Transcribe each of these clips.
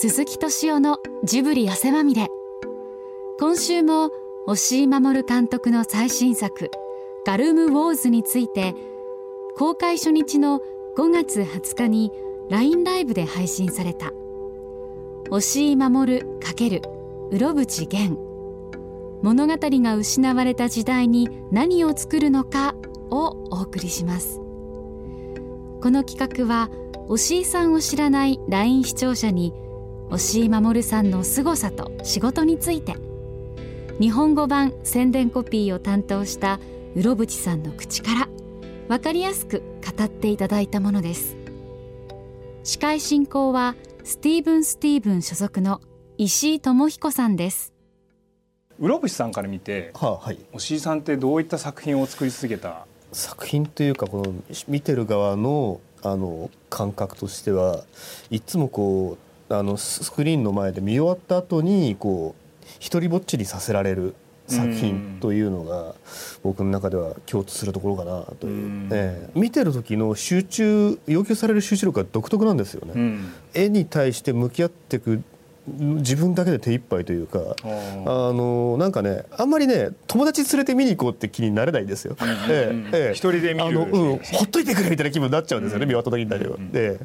鈴木敏夫のジブリ汗まみれ。今週も押井守監督の最新作ガルムウォーズについて、公開初日の5月20日に LINE ライブで配信された押井守×うろぶち源、物語が失われた時代に何を作るのかをお送りします。この企画は押井さんを知らない LINE 視聴者に押井守さんの凄さと仕事について、日本語版宣伝コピーを担当したうろぶちさんの口から分かりやすく語っていただいたものです。司会進行はスティーブン所属の石井智彦さんです。 うろぶちさんから見て、押井さんってどういった作品を作り続けた？ 作品というか、この見てる側の感覚としては、いつもこうスクリーンの前で見終わった後にこう一人ぼっちにさせられる作品というのが僕の中では共通するところかなという、見てる時の要求される集中力が独特なんですよね、絵に対して向き合っていく自分だけで手一杯というか、なんかね、あんまりね、友達連れて見に行こうって気になれないんですよ。 一人で見る、 ほっといてくれみたいな気分になっちゃうんですよね、見終わった時にだけは。で、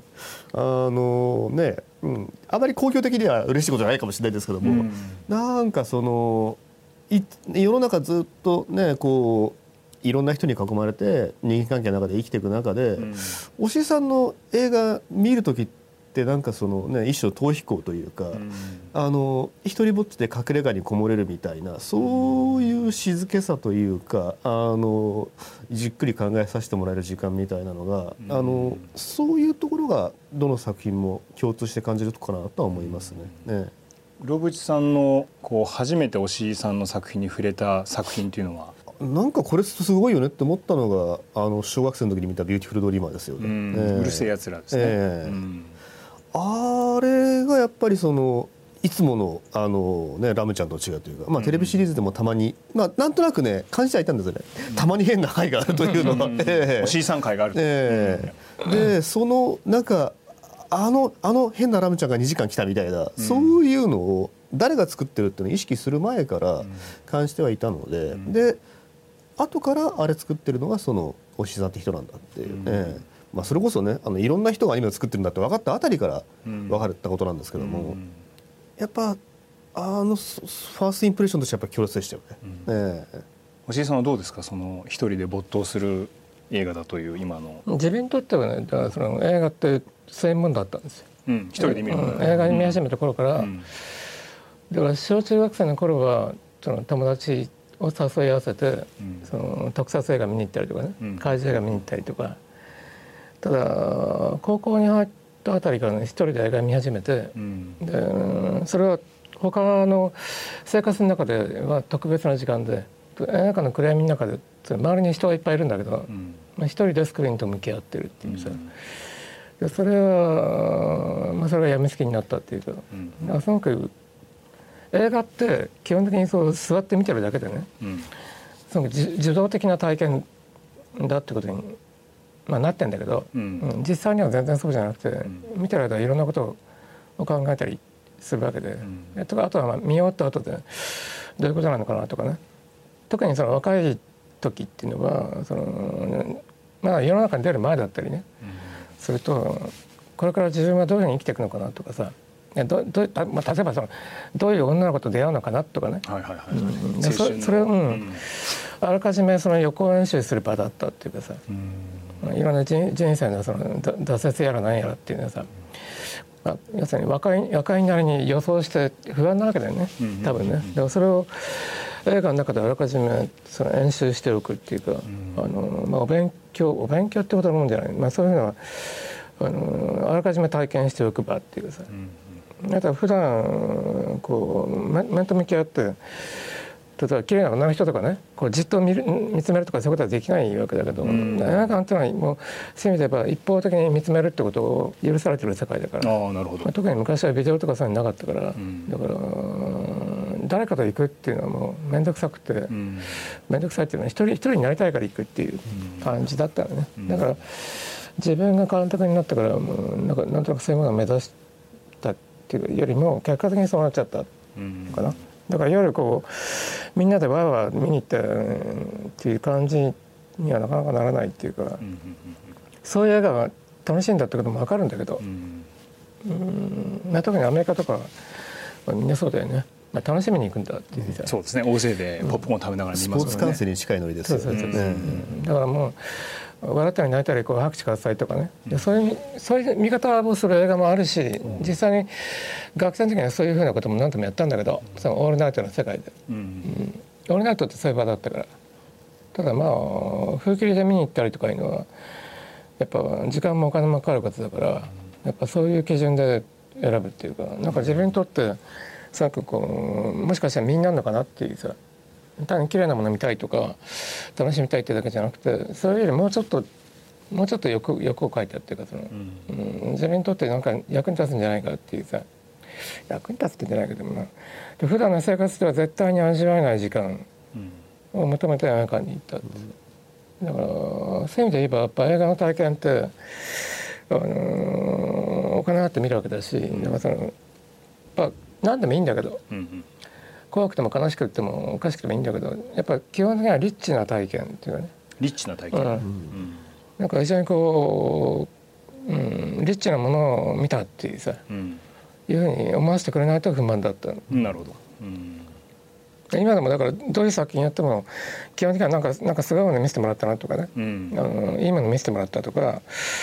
あまり公共的には嬉しいことじゃないかもしれないですけども、なんかその世の中ずっとね、こういろんな人に囲まれて人間関係の中で生きていく中で、押井さんの映画見る時ってなんかその、ね、一種逃避行というか、一人ぼっちで隠れ家にこもれるみたいな、そういう静けさというか、じっくり考えさせてもらえる時間みたいなのが、そういうところがどの作品も共通して感じるとこかなとは思いますね。 うろぶちさんのこう初めて押井さんの作品に触れた作品っていうのは？なんかこれすごいよねって思ったのが小学生の時に見たビューティフルドリーマーですよね。 うるせえやつらですね。 あれがやっぱりそのいつものラムちゃんと違うというか、テレビシリーズでもたまに、なんとなくね感じちゃいたんですよね、たまに変な回があるというのは、 押井さん回がある、 でそのなんかあの変なラムちゃんが2時間来たみたいな、そういうのを誰が作ってるっていうのを意識する前から感じてはいたので、で後からあれ作ってるのがその押井さんって人なんだっていう、それこそね、いろんな人がアニメを作ってるんだって分かったあたりから分かったことなんですけども、やっぱファーストインプレッションとしてやっぱ強烈でしたよね。 押井さんはどうですか、その一人で没頭する映画だという今の？ 自分にとってはね、だからその映画ってそういうもんだったんですよ、 一人で見る、 映画に見始めた頃から、だから小中学生の頃はその友達を誘い合わせて、その特撮映画見に行ったりとかね、怪獣映画見に行ったりとか、ただ高校に入ったあたりからね、一人で映画見始めて、でそれは他の生活の中では特別な時間で、映画館の暗闇の中で周りに人がいっぱいいるんだけど、一人でスクリーンと向き合ってるっていうさ、でそれは、それがやみつきになったっていうか、すごく映画って基本的にそう座って見てるだけでね、すごく受動的な体験だってことに、なってんだけど、実際には全然そうじゃなくて、見てる間いろんなことを考えたりするわけで、あとは見終わった後でどういうことなのかなとかね、特にその若い時っていうのは世の中に出る前だったりね、するとこれから自分はどういうふうに生きていくのかなとかさ、例えばどういう女の子と出会うのかなとかね、それを、あらかじめその予行演習する場だったっていうかさ、いろんな人生のその挫折やら何やらっていうのはさ、要するに若いなりに予想して不安なわけだよね、多分ね。だからそれを映画の中であらかじめその演習しておくっていうか、お勉強ってことのもんじゃない、そういうのはあらかじめ体験しておく場っていうかさ、だから普段こう面と向き合って、例えば綺麗な女の人とかね、こうじっと見つめるとかそういうことはできないわけだけど、映画館っていうのはもうそういう意味で言えば一方的に見つめるってことを許されてる世界だから、特に昔はビデオとかそういうのなかったから、だから誰かと行くっていうのはもう面倒くさくて、面倒くさいっていうのは一人になりたいから行くっていう感じだったのね。だから自分が監督になってからもうなんとなくそういうものを目指したっっていうよりも結果的にそうなっちゃったのかな、だからいわゆるこうみんなでわーわー見に行ったっていう感じにはなかなかならないっていうか、そういう映画が楽しいんだってことも分かるんだけど、特にアメリカとかはみんなそうだよね、楽しみに行くんだっていう、 そうですね、大勢でポップコーン食べながら見ますよね。 スポーツ観戦に近いノリですよね。 だからもう笑ったり泣いたりこう拍手喝采とかね、そういう見方をする映画もあるし、実際に学生の時にはそういうふうなことも何度もやったんだけど、そのオールナイトの世界で、オールナイトってそういう場だったから。ただまあ風切りで見に行ったりとかいうのはやっぱ時間もお金もかかることだから、やっぱそういう基準で選ぶっていうか、なんか自分にとってすごくこうもしかしたら身になるのかなっていうさ、単に綺麗なもの見たいとか楽しみたいっていうだけじゃなくて、それよりもうちょっと欲を書いてあっていうか、その、自分にとってなんか役に立つんじゃないかっていうさ、役に立つって言ってないけどもな、普段の生活では絶対に味わえない時間を求めて映画館に行ったって、だからそういう意味で言えばやっぱ映画の体験ってお金あって見るわけだし、だからそのやっぱ何でもいいんだけど、怖くても悲しくてもおかしくてもいいんだけど、やっぱ基本的にはリッチな体験っていうかね、 リッチな体験、 なんか非常にこう、リッチなものを見たっていうさ、いうふうに思わせてくれないと不満だった。 なるほど。 今でもだからどういう作品やっても基本的にはなんかすごいもの見せてもらったなとかね、いいもの見せてもらったとか、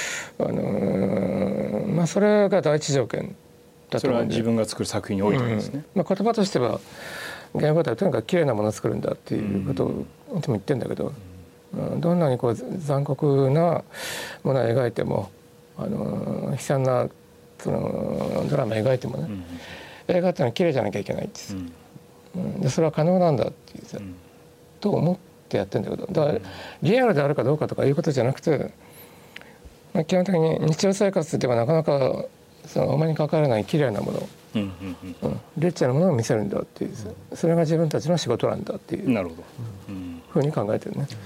それが第一条件だと思うんで、 それは自分が作る作品においてですね、 言葉としては言語ではとにかく綺麗なものを作るんだっていうことをいつも言ってるんだけど、どんなにこう残酷なものを描いても悲惨なそのドラマを描いてもね、映画ってのは綺麗じゃなきゃいけないんです、でそれは可能なんだっていうさ、と思ってやってるんだけど、だからリアルであるかどうかとかいうことじゃなくて、基本的に日常生活ではなかなかそのお目にかかれない綺麗なもの、リッチなものを見せるんだっていう、それが自分たちの仕事なんだっていう、 なるほど、 ふうに考えてるね。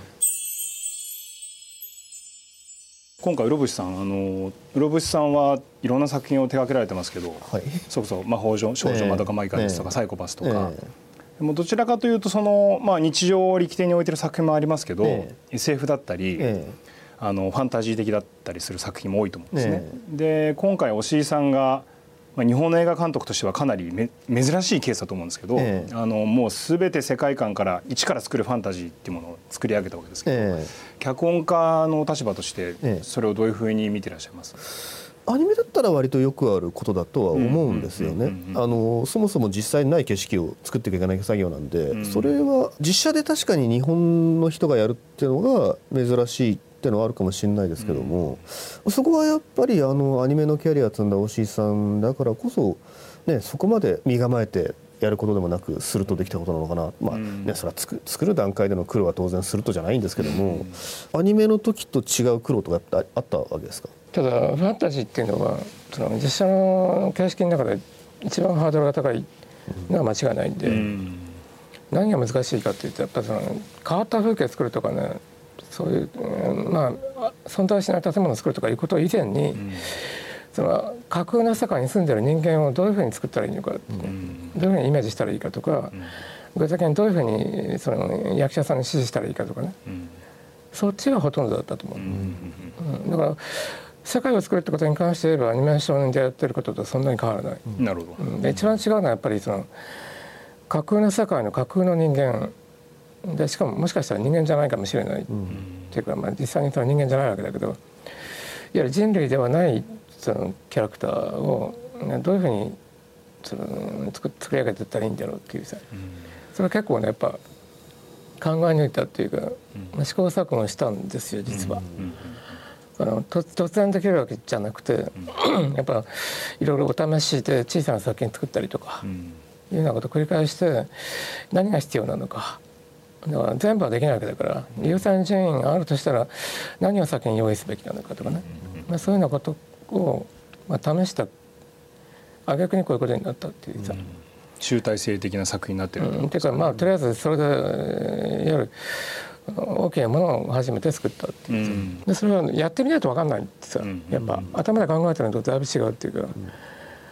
今回うろぶしさんうろぶしさんはいろんな作品を手掛けられてますけど、それこそ魔法少女まどかマイカですとか、サイコパスとか、でもどちらかというとその、日常を力点に置いてる作品もありますけど、SF だったり、ファンタジー的だったりする作品も多いと思うんですね。で今回押井さんが、日本の映画監督としてはかなり珍しいケースだと思うんですけど、もう全て世界観から一から作るファンタジーっていうものを作り上げたわけですけど、脚本家の立場としてそれをどういうふうに見てらっしゃいます？ アニメだったら割とよくあることだとは思うんですよね。そもそも実際にない景色を作っていかなきゃいけない作業なんで、それは実写で確かに日本の人がやるっていうのが珍しいっていうのはあるかもしれないですけども、そこはやっぱりアニメのキャリア積んだ押井さんだからこそ、そこまで身構えてやることでもなくスルッとできたことなのかな。それは作る段階での苦労は当然スルッとじゃないんですけども、アニメの時と違う苦労とかやっぱあったわけですか？ ただファンタジーっていうのはその実写の形式の中で一番ハードルが高いのは間違いないんで、何が難しいかっていうと、やっぱその変わった風景を作るとかね、そういう存在しない建物を作るとかいうこと以前に、その架空の世界に住んでる人間をどういうふうに作ったらいいのか、どういうふうにイメージしたらいいかとか、具体的にどういうふうにその役者さんに指示したらいいかとかね、そっちがほとんどだったと思う。だから世界を作るってことに関して言えばアニメーションでやってることとそんなに変わらない。 なるほど。 で一番違うのはやっぱりその架空の世界の架空の人間で、しかももしかしたら人間じゃないかもしれないっていうか、実際にその人間じゃないわけだけど、いわゆる人類ではないそのキャラクターをどういうふうにその作り上げていったらいいんだろうっていうさ、それは結構ねやっぱ考え抜いたっていうか、試行錯誤したんですよ実は。突然できるわけじゃなくてやっぱいろいろお試しで小さな作品作ったりとかいうようなことを繰り返して何が必要なのか、だから全部はできないわけだから、優先順位があるとしたら何を先に用意すべきなのかとかね、そういうようなことを試した挙句にこういうことになったっていうさ、 集大成的な作品になってるっていうかとりあえずそれでいわゆる大きなものを初めて作ったっていう、でそれはやってみないと分かんないってさ、やっぱ頭で考えてるのとだいぶ違うっていうか、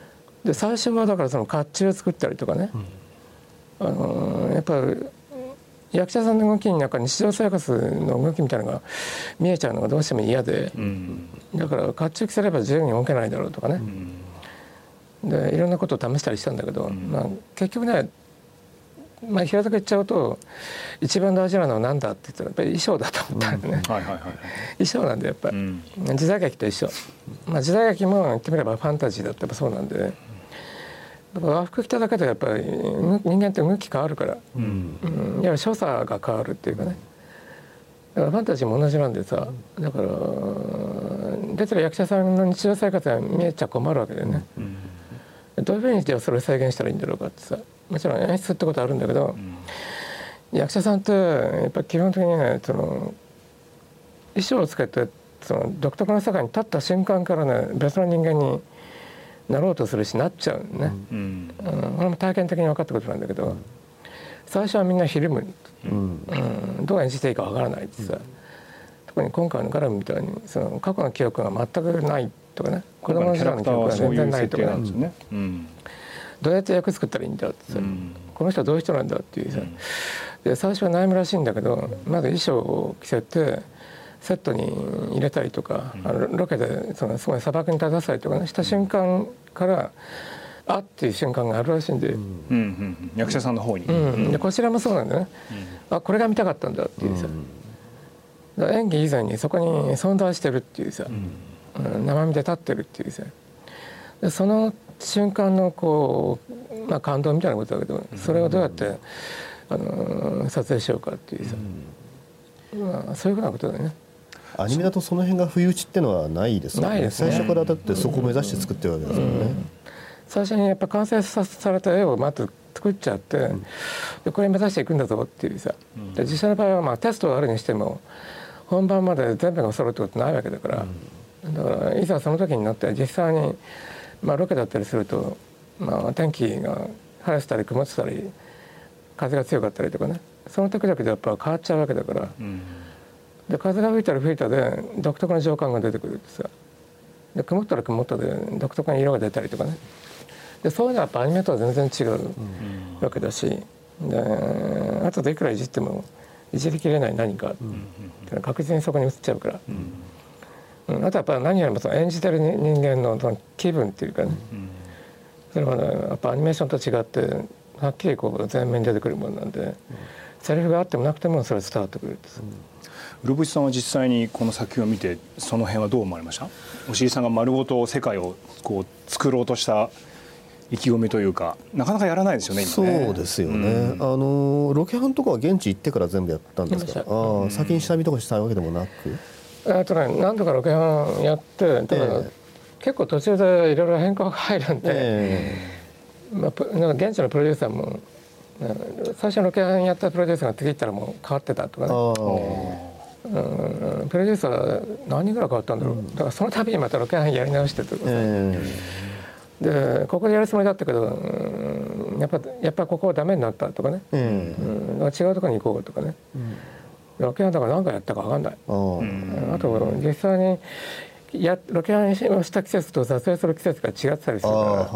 で最初はだからその甲冑を作ったりとかね、やっぱり役者さんの動きになんか日常生活の動きみたいなのが見えちゃうのがどうしても嫌で、だから甲冑着せれば自由に動けないだろうとかね、でいろんなことを試したりしたんだけど、結局ね、平たく言っちゃうと一番大事なのは何だって言ったらやっぱり衣装だと思ったんだよね。衣装なんでやっぱり、時代劇と一緒、時代劇も言ってみればファンタジーだってやっぱそうなんで、和服着ただけでやっぱり人間って動き変わるから、いわゆる所作が変わるっていうかね、だからファンタジーも同じなんでさ、だから出てる役者さんの日常生活が見えちゃ困るわけだよね、どういうふうにしてそれを再現したらいいんだろうかってさ、もちろん演出ってことあるんだけど、役者さんってやっぱり基本的にね、その衣装をつけてその独特の世界に立った瞬間からね、別の人間になろうとするしなっちゃうね、これも体験的に分かったことなんだけど、最初はみんなひるむ、どう演じていいか分からないってさ、特に今回のガラムみたいにその過去の記憶が全くないとかね、子供の時代の記憶が全然ないとかね、どうやって役作ったらいいんだってさ、この人はどういう人なんだっていうさ、で最初は悩むらしいんだけど、まず衣装を着せてセットに入れたりとか、ロケでそのすごい砂漠に立たせたりとかねした瞬間からあっていう瞬間があるらしいんで、 役者さんの方に、 でこちらもそうなんだね、これが見たかったんだっていうさ、演技以前にそこに存在してるっていうさ、生身で立ってるっていうさ、でその瞬間のこう、感動みたいなことだけど、それをどうやって撮影しようかっていうさ、そういうふうなことだよね。 アニメだとその辺が不意打ちってのはないですよね。 ないですね。 最初からだってそこを目指して作ってるわけですもんね。 最初にやっぱ完成された絵をまず作っちゃって、でこれ目指していくんだぞっていうさ、で実際の場合はテストがあるにしても本番まで全部が揃うってことないわけだから、だからいざその時になって実際にロケだったりすると、天気が晴れてたり曇ってたり風が強かったりとかね、その時々でやっぱ変わっちゃうわけだから、で風が吹いたら吹いたで独特な情感が出てくるってさ、で曇ったら曇ったで独特な色が出たりとかね、でそういうのはやっぱアニメとは全然違うわけだし、で後でいくらいじってもいじりきれない何かっていうのは確実にそこに映っちゃうから、あとはやっぱ何よりもその演じてる人間のその気分っていうかね、それはねやっぱアニメーションと違ってはっきりこう前面に出てくるものなんで、セリフがあってもなくてもそれ伝わってくるってさ。 室伏さんは実際にこの作品を見てその辺はどう思われました？押井さんが丸ごと世界をこう作ろうとした意気込みというか、なかなかやらないですよね今ね。 そうですよね、ロケハンとかは現地行ってから全部やったんですか？先に下見とかしたわけでもなく、 何度かロケハンやって、だから結構途中でいろいろ変更が入るんで、なんか現地のプロデューサーも最初のロケハンやったプロデューサーが次行ったらもう変わってたとかね、プロデューサー何人ぐらい変わったんだろう、だからその度にまたロケハンやり直してとかさ、でここでやるつもりだったけど、やっぱここはダメになったとかね、違うところに行こうとかね、ロケハンだから何回やったか分かんない、あと実際にロケハンをした季節と撮影する季節が違ってたりするから、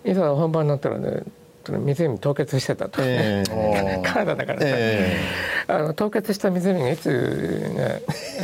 いざ本番になったらね湖凍結してたとかね、カナダだからさ、凍結した湖がいつね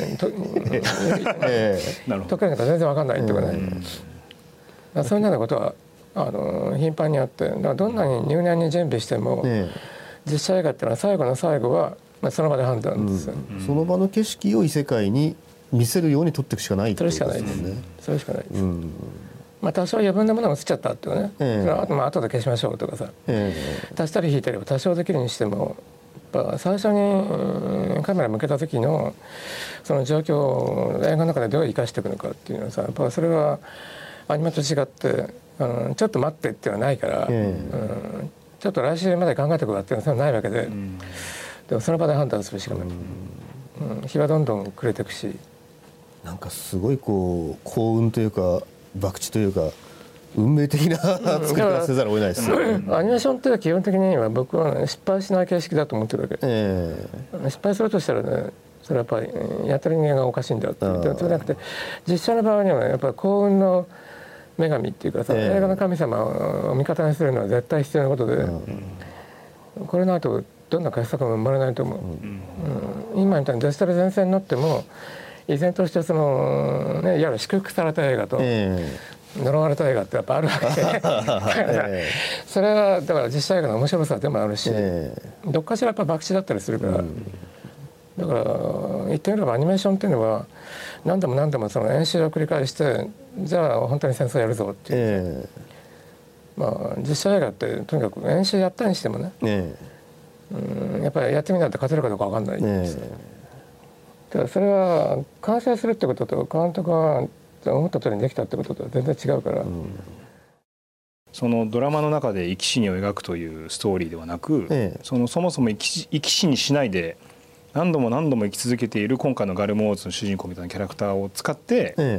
溶けるのか全然分かんないとかね、そういうようなことは頻繁にあって、だからどんなに入念に準備しても、実写映画っていうのは最後の最後は、その場で判断ですよ、 その場の景色を異世界に見せるように撮っていくしかないってことですもんね。 それしかないです、多少余分なものが映っちゃったっていうね、それは後で消しましょうとかさ、足したり引いたりは多少できるにしても、やっぱ最初にカメラ向けた時のその状況を映画の中でどう生かしていくのかっていうのはさ、やっぱそれはアニメと違ってちょっと待ってっていうのはないから、ちょっと来週まで考えてくわっていうのはないわけで、でもその場で判断するしかない、日はどんどん暮れていくし、 なんかすごいこう幸運というか博打というか運命的な作り方せざるを得ないですよね。 アニメーションって基本的には僕は、失敗しない形式だと思ってるわけ、失敗するとしたらね、それはやっぱりやってる人間がおかしいんだって、そうじゃなくて実写の場合にはやっぱり幸運の女神っていうかさ、映画の神様を味方にするのは絶対必要なことで、これないとどんな傑作も生まれないと思う、今みたいにデジタル前線になっても依然としてその、ね、いわゆる祝福された映画と、呪われた映画ってやっぱあるわけでそれはだから実写映画の面白さでもあるし、どっかしらやっぱ博打だったりするから、だから言ってみればアニメーションっていうのは何度も何度もその演習を繰り返して、じゃあ本当に戦争やるぞっていう、まあ実写映画ってとにかく演習やったにしてもね、やっぱりやってみないと勝てるかどうか分かんないんですよ。だからそれは完成するってことと監督が思った通りにできたってこととは全然違うから、 そのドラマの中で生き死にを描くというストーリーではなく、そもそも生き死にしないで何度も何度も生き続けている今回のガルモーズの主人公みたいなキャラクターを使って、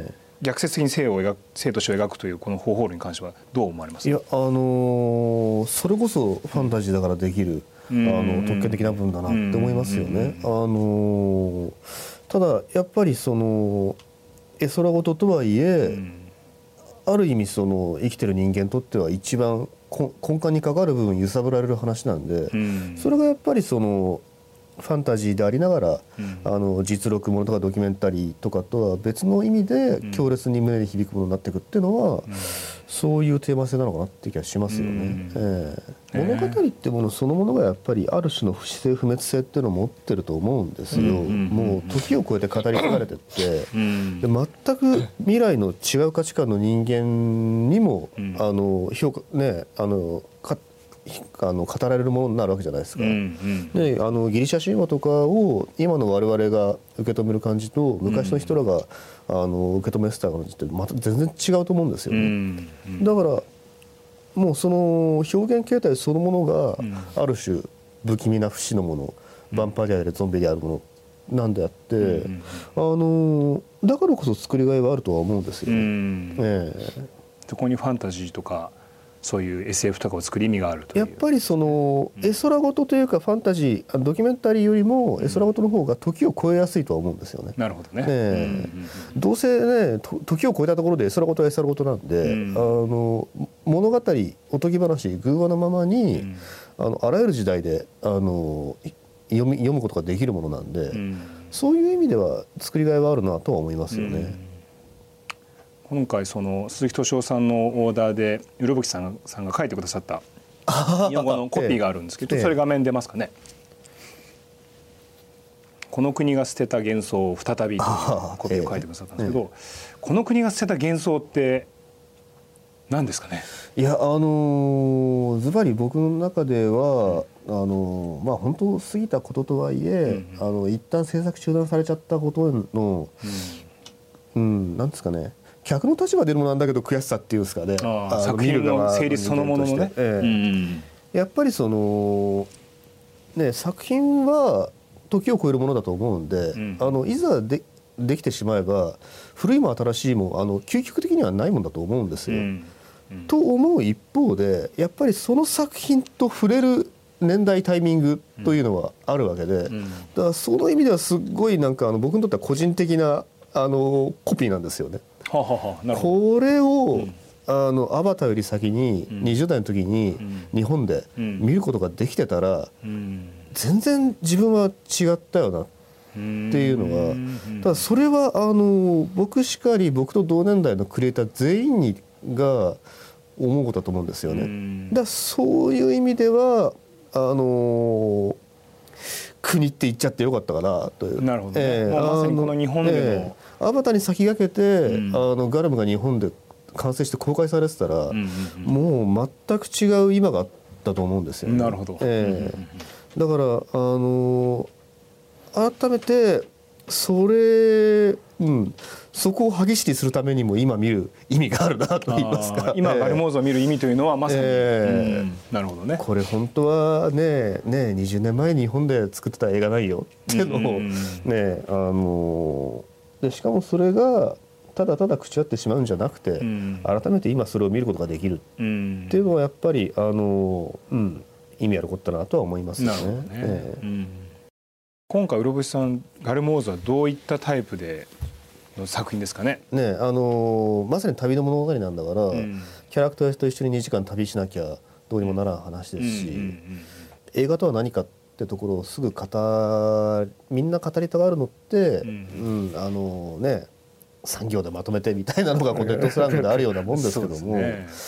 逆説的に生と死を描くというこの方法論に関してはどう思われますか？ いや、それこそファンタジーだからできる特権的な部分だなって思いますよね。ただやっぱりその絵空事とはいえ、ある意味その生きてる人間にとっては一番根幹に関わる部分揺さぶられる話なんで、それがやっぱりそのファンタジーでありながら、実録ものとかドキュメンタリーとかとは別の意味で強烈に胸に響くものになっていくっていうのは、そういうテーマ性なのかなって気がしますよね。物語ってものそのものがやっぱりある種の不死性不滅性っていうのを持ってると思うんですよ。もう時を超えて語り継がれてってで全く未来の違う価値観の人間にも評価ね語られるものになるわけじゃないですか。でギリシャ神話とかを今の我々が受け止める感じと昔の人らが受け止めてた感じってまた全然違うと思うんですよね。だからもうその表現形態そのものがある種不気味な不死のもの、ヴァンパイアであるゾンビであるものなんであって、だからこそ作りがいはあるとは思うんですよね。 そこにファンタジーとかそういう SF とかを作る意味があるという。 やっぱりその絵空事というかファンタジードキュメンタリーよりも絵空事の方が時を超えやすいとは思うんですよね。 なるほどね。 どうせね時を超えたところで絵空事は絵空事なんで、物語おとぎ話偶話のままに、あらゆる時代で読むことができるものなんで、そういう意味では作りがいはあるなとは思いますよね。 今回その鈴木敏夫さんのオーダーで室伏さんが書いてくださった日本語のコピーがあるんですけど、それ画面出ますかね。この国が捨てた幻想を再びというコピーを書いてくださったんですけど、この国が捨てた幻想って何ですかね。 いやズバリ僕の中では本当過ぎたこととはいえ、一旦制作中断されちゃったことのなんですかね、客の立場でもなんだけど悔しさっていうんですかね、 作品の成立そのもののね、 やっぱりそのね作品は時を超えるものだと思うんで、いざできてしまえば古いも新しいも究極的にはないもんだと思うんですよ。と思う一方でやっぱりその作品と触れる年代タイミングというのはあるわけで、だからその意味ではすごいなんか僕にとっては個人的なコピーなんですよね。これをアバターより先に20代の時に日本で見ることができてたら全然自分は違ったよなっていうのは、ただそれは僕しかり僕と同年代のクリエイター全員が思うことだと思うんですよね。だからそういう意味では国って言っちゃってよかったかなという。 なるほどね。まさにこの日本でのアバターに先駆けて、ガルムが日本で完成して公開されてたら、もう全く違う今があったと思うんですよね。 なるほど。 だから改めてそこを歯ぎしりするためにも今見る意味があるなと言いますか、 今ガルモーズを見る意味というのはまさに、なるほどね。 これ本当はね20年前に日本で作ってた映画ないよっていうのをでしかもそれがただただ朽ち合ってしまうんじゃなくて、改めて今それを見ることができるっていうのはやっぱり意味あることだなとは思いますよね。 今回室伏さんガルモーズはどういったタイプでの作品ですかね。 ね、まさに旅の物語なんだから、キャラクターと一緒に2時間旅しなきゃどうにもならん話ですし、映画とは何かってところをすぐみんな語りたがるのって、ね、3行でまとめてみたいなのがこのネットスラングであるようなもんですけども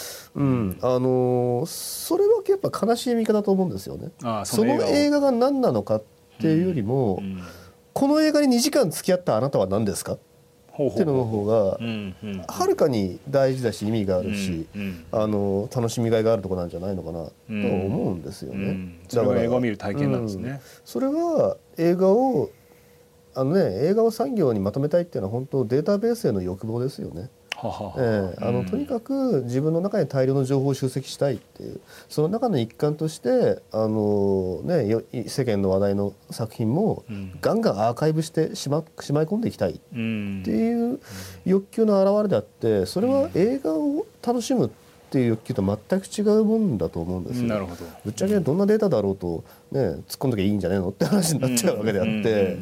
それはやっぱ悲しい見方だと思うんですよね。その映画が何なのかっていうよりも、この映画に2時間付き合ったあなたは何ですかっていうのの方がはるかに大事だし意味があるし、楽しみがいがあるところなんじゃないのかなと思うんですよね。 それが映画を見る体験なんですね。 それは映画を産業にまとめたいっていうのは本当データベースへの欲望ですよね。とにかく自分の中に大量の情報を集積したいっていう、その中の一環として世間の話題の作品もガンガンアーカイブしてしまい込んでいきたいっていう欲求の表れであって、それは映画を楽しむっていう欲求と全く違うもんだと思うんですよ。 なるほど。 ぶっちゃけどんなデータだろうと、ね、突っ込んどきゃいいんじゃねえのって話になっちゃうわけであって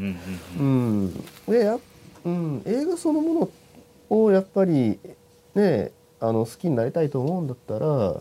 映画そのものをやっぱりね好きになりたいと思うんだったら、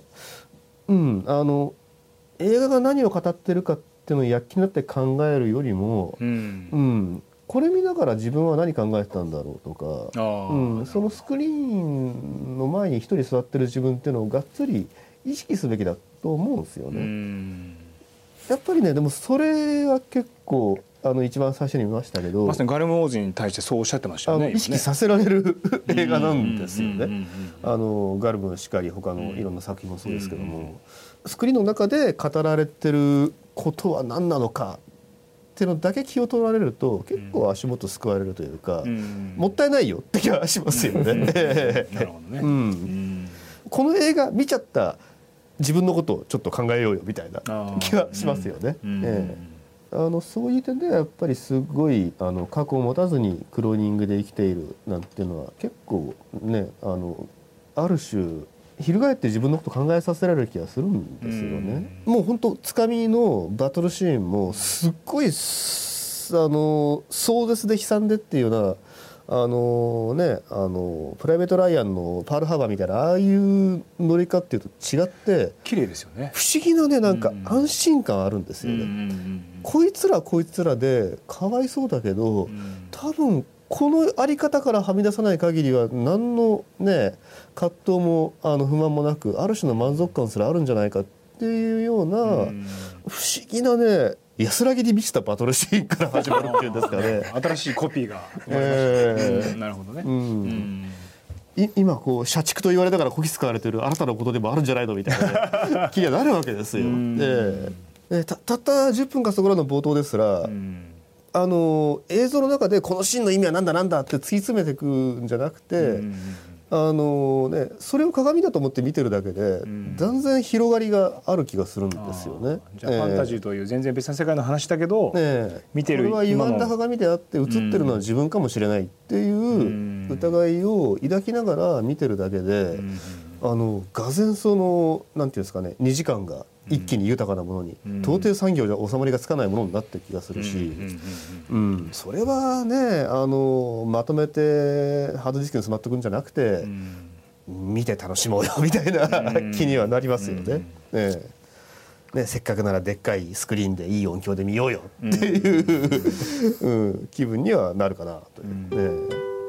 映画が何を語ってるかっていうのを躍起になって考えるよりも、これ見ながら自分は何考えてたんだろうとか、そのスクリーンの前に一人座ってる自分っていうのをがっつり意識すべきだと思うんですよね。やっぱりね、でもそれは結構一番最初に見ましたけど、 まさにガルム・ウォーズに対してそうおっしゃってましたよね。 意識させられる映画なんですよね。ガルムしかり他のいろんな作品もそうですけども、スクリーンの中で語られてることは何なのかっていうのだけ気を取られると結構足元救われるというか、もったいないよって気はしますよね。 なるほどね。 この映画見ちゃった自分のことをちょっと考えようよみたいな気はしますよね。そういう点ではやっぱりすごい過去を持たずにクローニングで生きているなんていうのは結構ねある種翻って自分のこと考えさせられる気がするんですよね。もう本当つかみのバトルシーンもすっごい壮絶で悲惨でっていうようなプライベート・ライアンのパールハーバーみたいなああいうノリかっていうと違って綺麗ですよね。 不思議なねなんか安心感あるんですよね。こいつらでかわいそうだけど、多分このあり方からはみ出さない限りは何のね葛藤も不満もなく、ある種の満足感すらあるんじゃないかっていうような不思議なね安らぎに満ちたバトルシーンから始まるっていうんですかね。 新しいコピーが生まれました。なるほどね。 今こう社畜と言われながらこき使われてるあなたのことでもあるんじゃないのみたいな、気にはなるわけですよ。たった10分かそこらの冒頭ですら、映像の中でこのシーンの意味はなんだって突き詰めていくんじゃなくて、それを鏡だと思って見てるだけで断然広がりがある気がするんですよね。 じゃあファンタジーという全然別な世界の話だけど、見てるこれは歪んだ鏡であって映ってるのは自分かもしれないっていう疑いを抱きながら見てるだけで、がぜんそのなんていうんですかね、2時間が一気に豊かなものに、到底産業じゃ収まりがつかないものになってる気がするし、それはねまとめてハードディスクにしまっておくんじゃなくて、見て楽しもうよみたいな気にはなりますよね。せっかくならでっかいスクリーンでいい音響で見ようよっていう、気分にはなるかなという。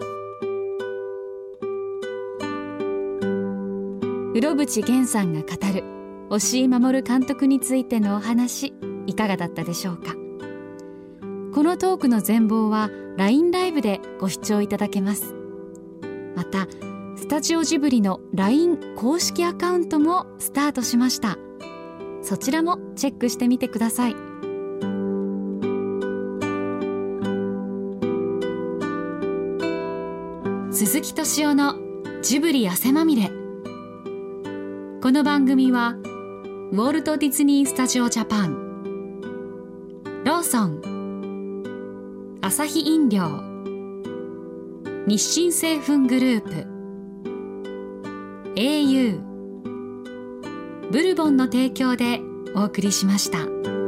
うろぶち源さんが語る押井守監督についてのお話、いかがだったでしょうか。このトークの全貌は LINE ライブでご視聴いただけます。またスタジオジブリの LINE 公式アカウントもスタートしました。そちらもチェックしてみてください。鈴木敏夫のジブリ汗まみれ。この番組はウォルト・ディズニー・スタジオ・ジャパン、ローソン、アサヒ飲料、日清製粉グループ、au、ブルボンの提供でお送りしました。